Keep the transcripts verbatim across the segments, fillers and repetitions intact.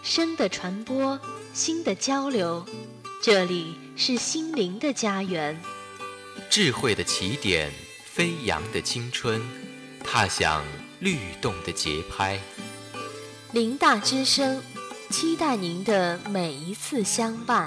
声的传播，心的交流，这里是心灵的家园。 智慧的起点，飞扬的青春，踏响律动的节拍。 林大之声，期待您的每一次相伴。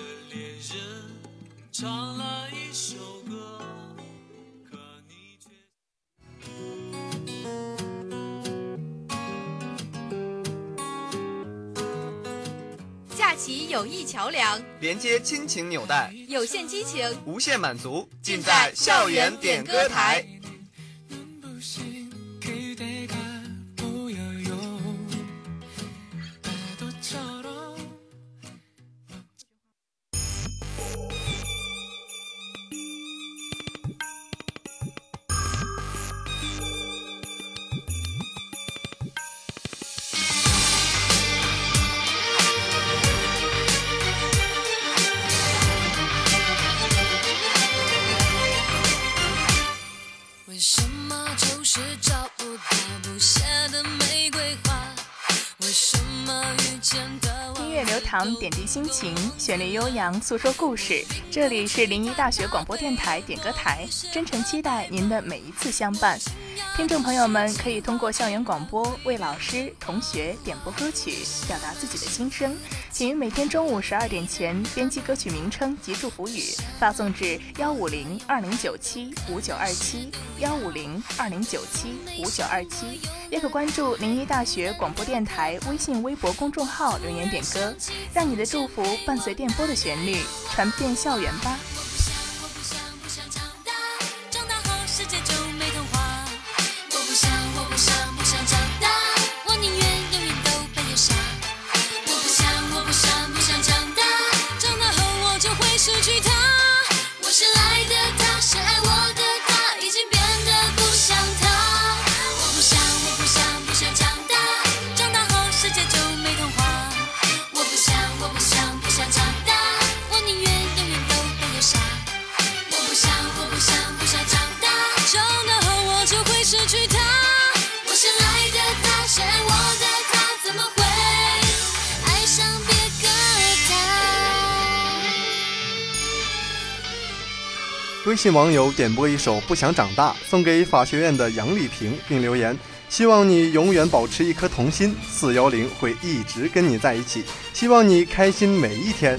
架起友谊桥梁， 连接亲情纽带， 有限激情， 无限满足，尽在校园点歌台。 堂点滴心情，旋律悠扬，诉说故事。这里是临沂大学广播电台点歌台，真诚期待您的每一次相伴。听众朋友们可以通过校园广播为老师、同学点播歌曲，表达自己的心声。请于每天中午十二点前编辑歌曲名称及祝福语，发送至幺五零二零九七五九二七幺五零二零九七五九二七，也可关注临沂大学广播电台微信、微博公众号留言点歌，让你的祝福伴随电波的旋律传遍校园吧。 微信网友点播一首《不想长大》，送给法学院的杨丽萍，并留言：希望你永远保持一颗童心，四一零会一直跟你在一起，希望你开心每一天。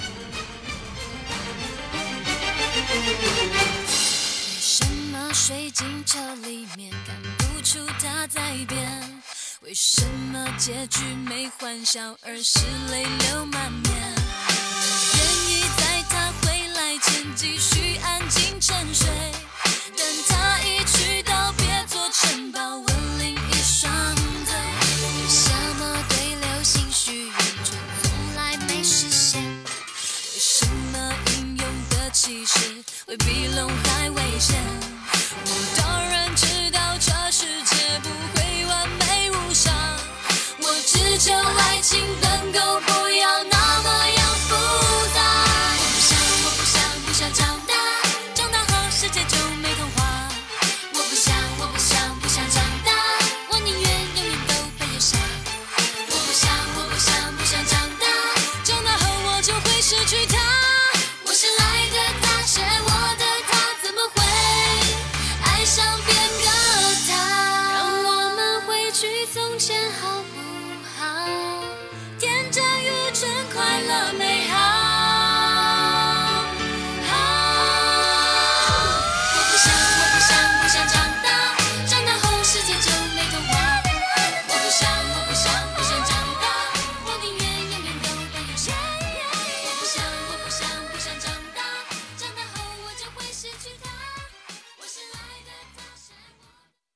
为什么睡进这里面看不出他在变？为什么结局没欢笑，而是泪流满面？愿意在他回来前继续安静沉睡，等他一去道别做城堡，吻另一双腿。为什么对流星许愿却从来没实现？为什么英勇的气势会比龙还危险？我当然知道这世界不会完美无伤，我只求爱情能够不要那么样复杂。我不想，我不想，不想长大，长大后世界就没童话。我不想，我不想，不想长大，我宁愿永远都被扼杀。我不想，我不想，不想长大，长大后我就会失去他。我深爱的他，深爱我的他，怎么会爱上变个他？让我们回去从前好不好？天真愚蠢，快乐美好。好，我不想，我不想，不想长大，长大后世界就没童话。我不想，我不想，不想长大，我宁愿永远都被扼杀。我不想，我不想，不想长大，长大后我就会失去他。我深爱的他，深爱我。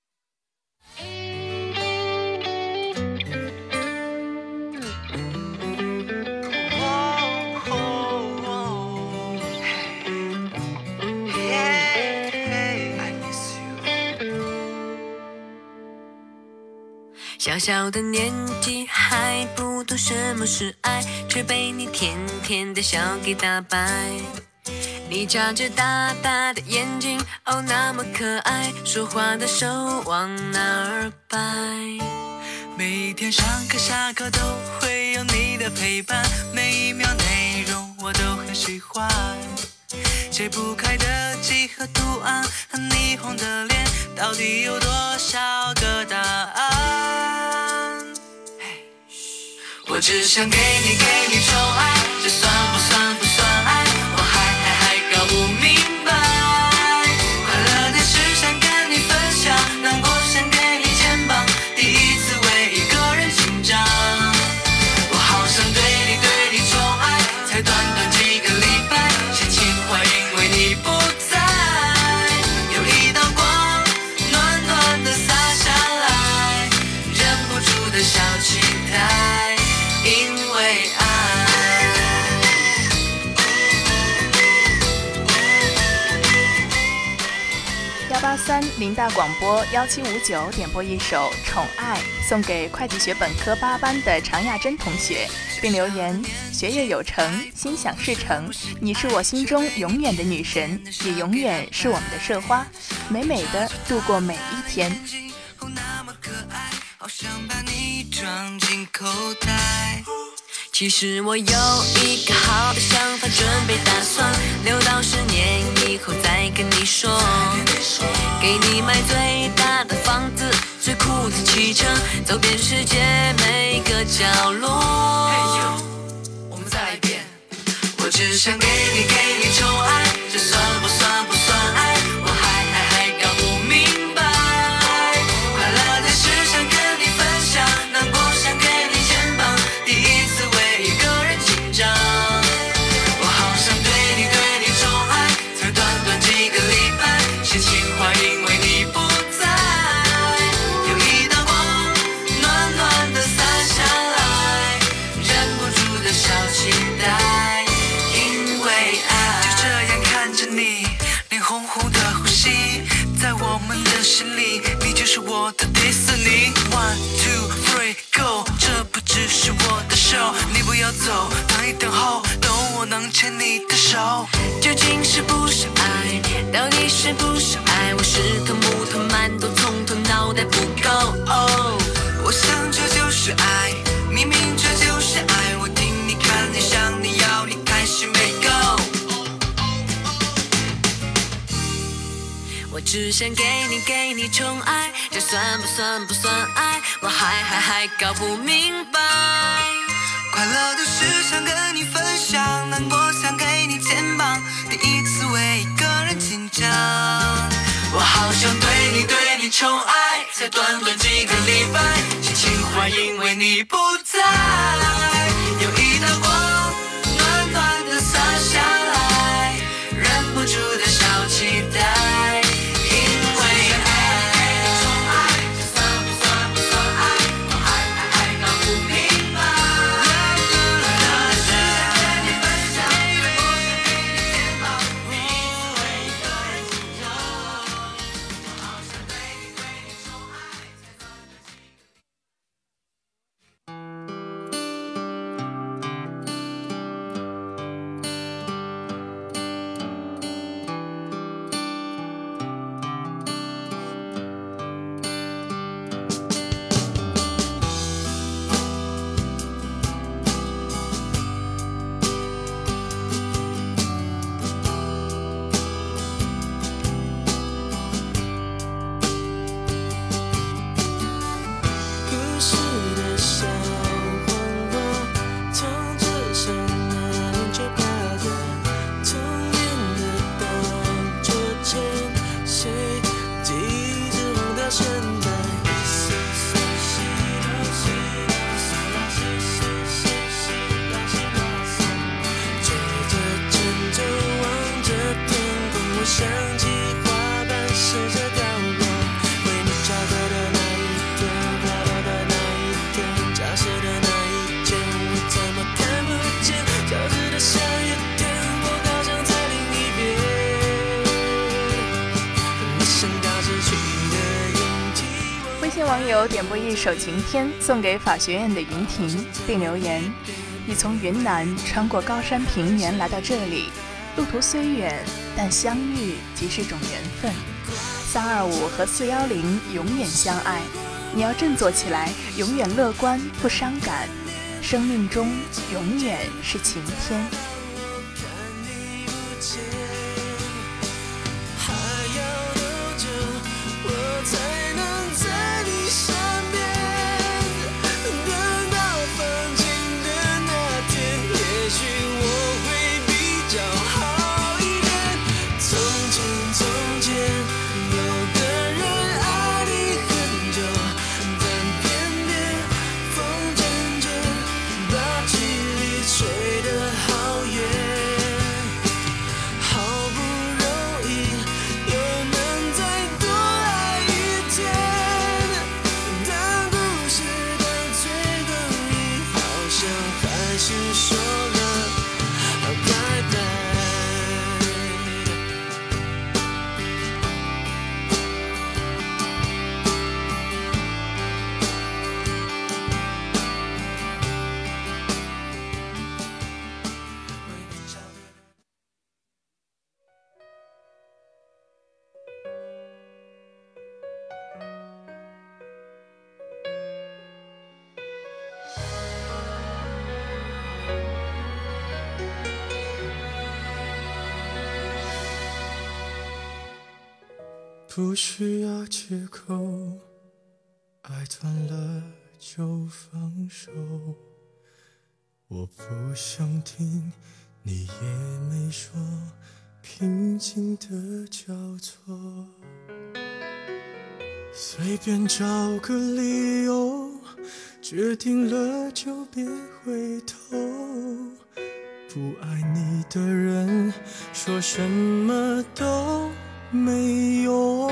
小小的年纪还不懂什么是爱，却被你甜甜的笑给打败。你眨着大大的眼睛，哦那么可爱，说话的手往哪儿摆？ 每一天上课下课都会有你的陪伴，每一秒内容我都很喜欢。解不开的几何图案和霓虹的脸，到底有多少个答案？我只想给你给你宠爱，这算不算不算爱？我还还还搞不明白。快乐的事想跟你分享，难过想给你肩膀，第一次为一个人紧张。我好想对你对你宠爱，才短短几个礼拜，写情话因为你不在。有一道光暖暖的洒下来，忍不住的小期待，因为爱。 幺八三林大广播幺七五九点播一首《宠爱》，送给会计学本科八班的常亚珍同学，并留言：学业有成，心想事成，你是我心中永远的女神，也永远是我们的社花，美美的度过每一天。 好想把你装进口袋。 其实我有一个好的想法，准备打算留到十年以后再跟你说。给你买最大的房子，最酷的汽车，走遍世界每个角落。 我们再来一遍。我只想给你给你宠爱，这算不算不算爱？我还还还搞不明白。快乐的事想跟你分享，难过想给你肩膀，第一次为一个人紧张。我好想对你对你宠爱，才短短几个礼拜，写情话因为你不在。有一道光暖暖的洒下来，忍不住的小期待，因为爱。就这样看着你，脸红红的呼吸，在我们的心里，你就是我的迪士尼。One two three go， 这不只是我的手，你不要走，等一等候，等我能牵你的手。 究竟是不是爱？到底是不是爱？我是头木头馒头，从头脑袋不够。哦， 我想这就是爱，明明这就是爱。我听你看你想你要你还是没够。 我只想给你给你宠爱，这算不算不算爱？我还还还搞不明白。 快乐的事想跟你分享，难过想给你肩膀，第一次为一个人紧张。我好想对你对你宠爱，才短短几个礼拜，写情话因为你不在。有一道光暖暖的洒下来，忍不住的小期待，因为爱。宠爱这算不算不算爱？我还还还搞不明白。快乐的事想跟你分享，难过想给你肩膀，第一次为一个人紧张。我好想对你对你宠爱，才短短几个。 故事的小黄瓜，从最深那年就趴在童年的档桌前，谁记忆直晃到现在？追着针就望着天空，我想起花瓣试着掉落，为你找到的那一天，快乐的那一天，消失的那一天，我怎么看不见？交织的下雨天，我好想在另一边。你想到失去的勇气。 微信网友点播一首《晴天》，送给法学院的云婷，并留言：你从云南穿过高山平原来到这里，路途虽远，但相遇即是种缘分。三二五和四幺零永远相爱， 你要振作起来，永远乐观不伤感，生命中永远是晴天。 不需要借口，爱断了就放手。我不想听，你也没说，平静的交错。随便找个理由，决定了就别回头。不爱你的人，说什么都没用。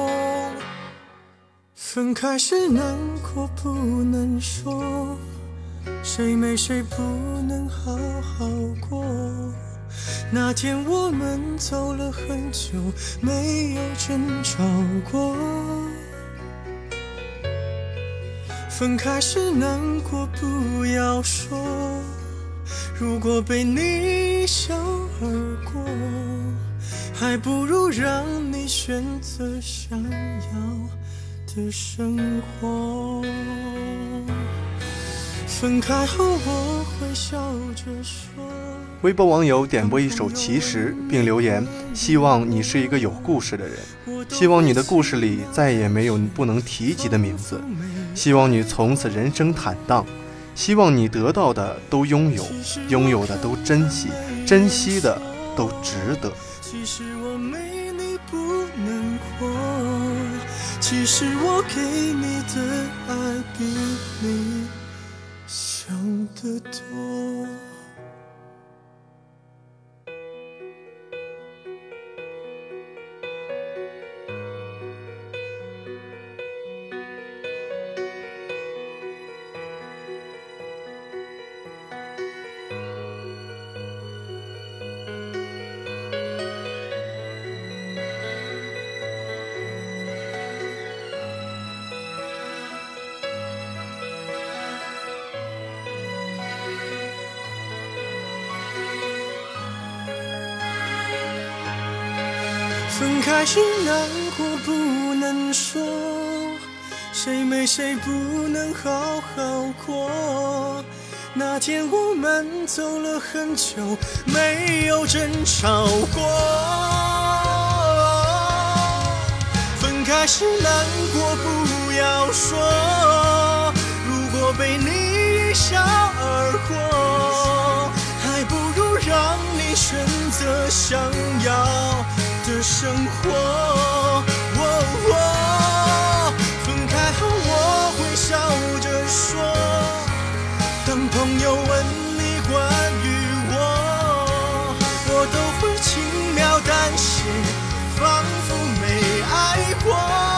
分开时难过不能说，谁没谁不能好好过。那天我们走了很久，没有争吵过。分开时难过不要说，如果被你笑而过，还不如让你选择想要的生活。分开后我会笑着说。 微博网友点播一首《其实》，并留言希望你是一个有故事的人，希望你的故事里再也没有不能提及的名字，希望你从此人生坦荡，希望你得到的都拥有，拥有的都珍惜，珍惜的都值得。 其实我没你不能活，其实我给你的爱比你想得多。分开时难过不能说，谁没谁不能好好过。那天我们走了很久，没有争吵过。分开时难过不要说，如果被你一笑而过，还不如让你选择想要的生活。哦哦、分开后我会笑着说，当朋友问你关于我，我都会轻描淡写，仿佛没爱过。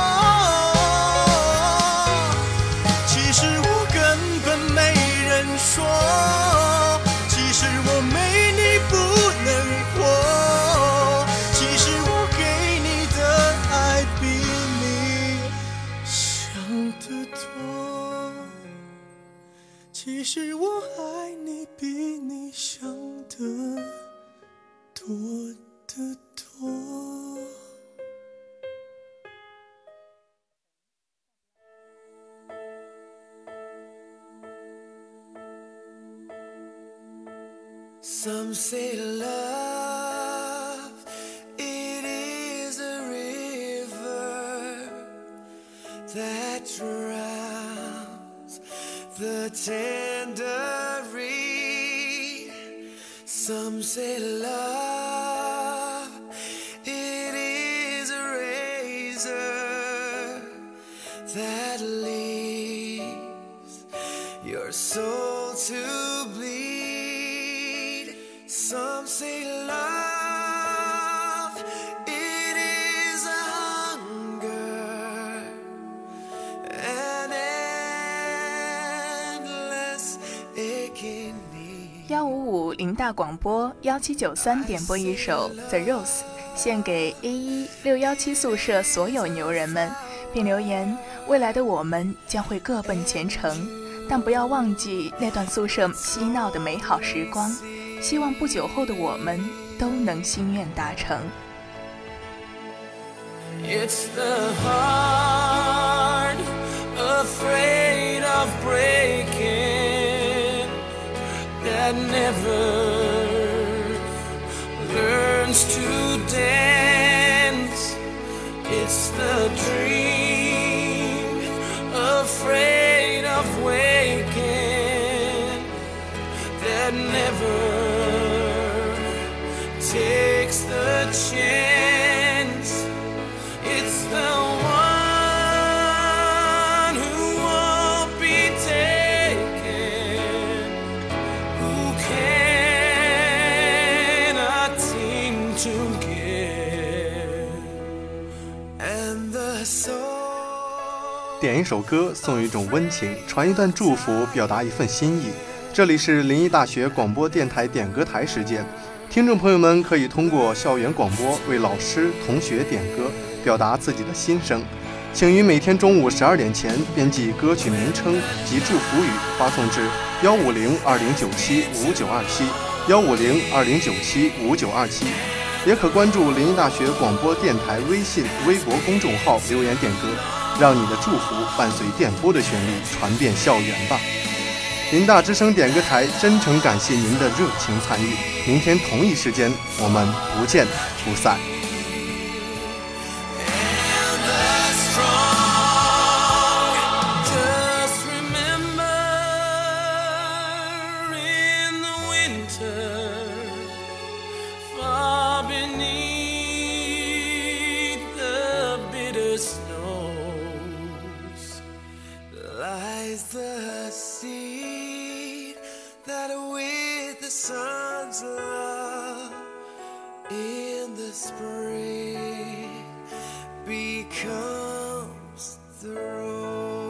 其实我根本没人说，其实我没你不能活，其实我给你的爱比你想得多，其实我爱你比你想的多得多。 Some say love, it is a river that drowns the tender reed. Some say love, it is a razor that leaves your soul to bleed. Some say love, it is a hunger, an endless aching need. 幺五五零大广播幺七九三点播一首 The Rose， 献给 A 一六一七宿舍所有牛人们，并留言：未来的我们将会各奔前程，但不要忘记那段宿舍嬉闹的美好时光。希望不久后的我们都能心愿达成。 It's the heart afraid of breaking that never learns to dance. It's the dream afraid of waking that never takes the chance. It's the one who won't be taken, who cannot seem to give, and the soul. 点一首歌，送一种温情，传一段祝福，表达一份心意。这里是临沂大学广播电台点歌台时间，听众朋友们可以通过校园广播为老师、同学点歌，表达自己的心声。请于每天中午十二点前编辑歌曲名称及祝福语，发送至幺五零二零九七五九二七幺五零二零九七五九二七，也可关注临沂大学广播电台微信、微博公众号留言点歌，让你的祝福伴随电波的旋律传遍校园吧。临大之声点歌台真诚感谢您的热情参与，明天同一时间我们不见不散。 The seed that with the sun's love in the spring becomes the rose.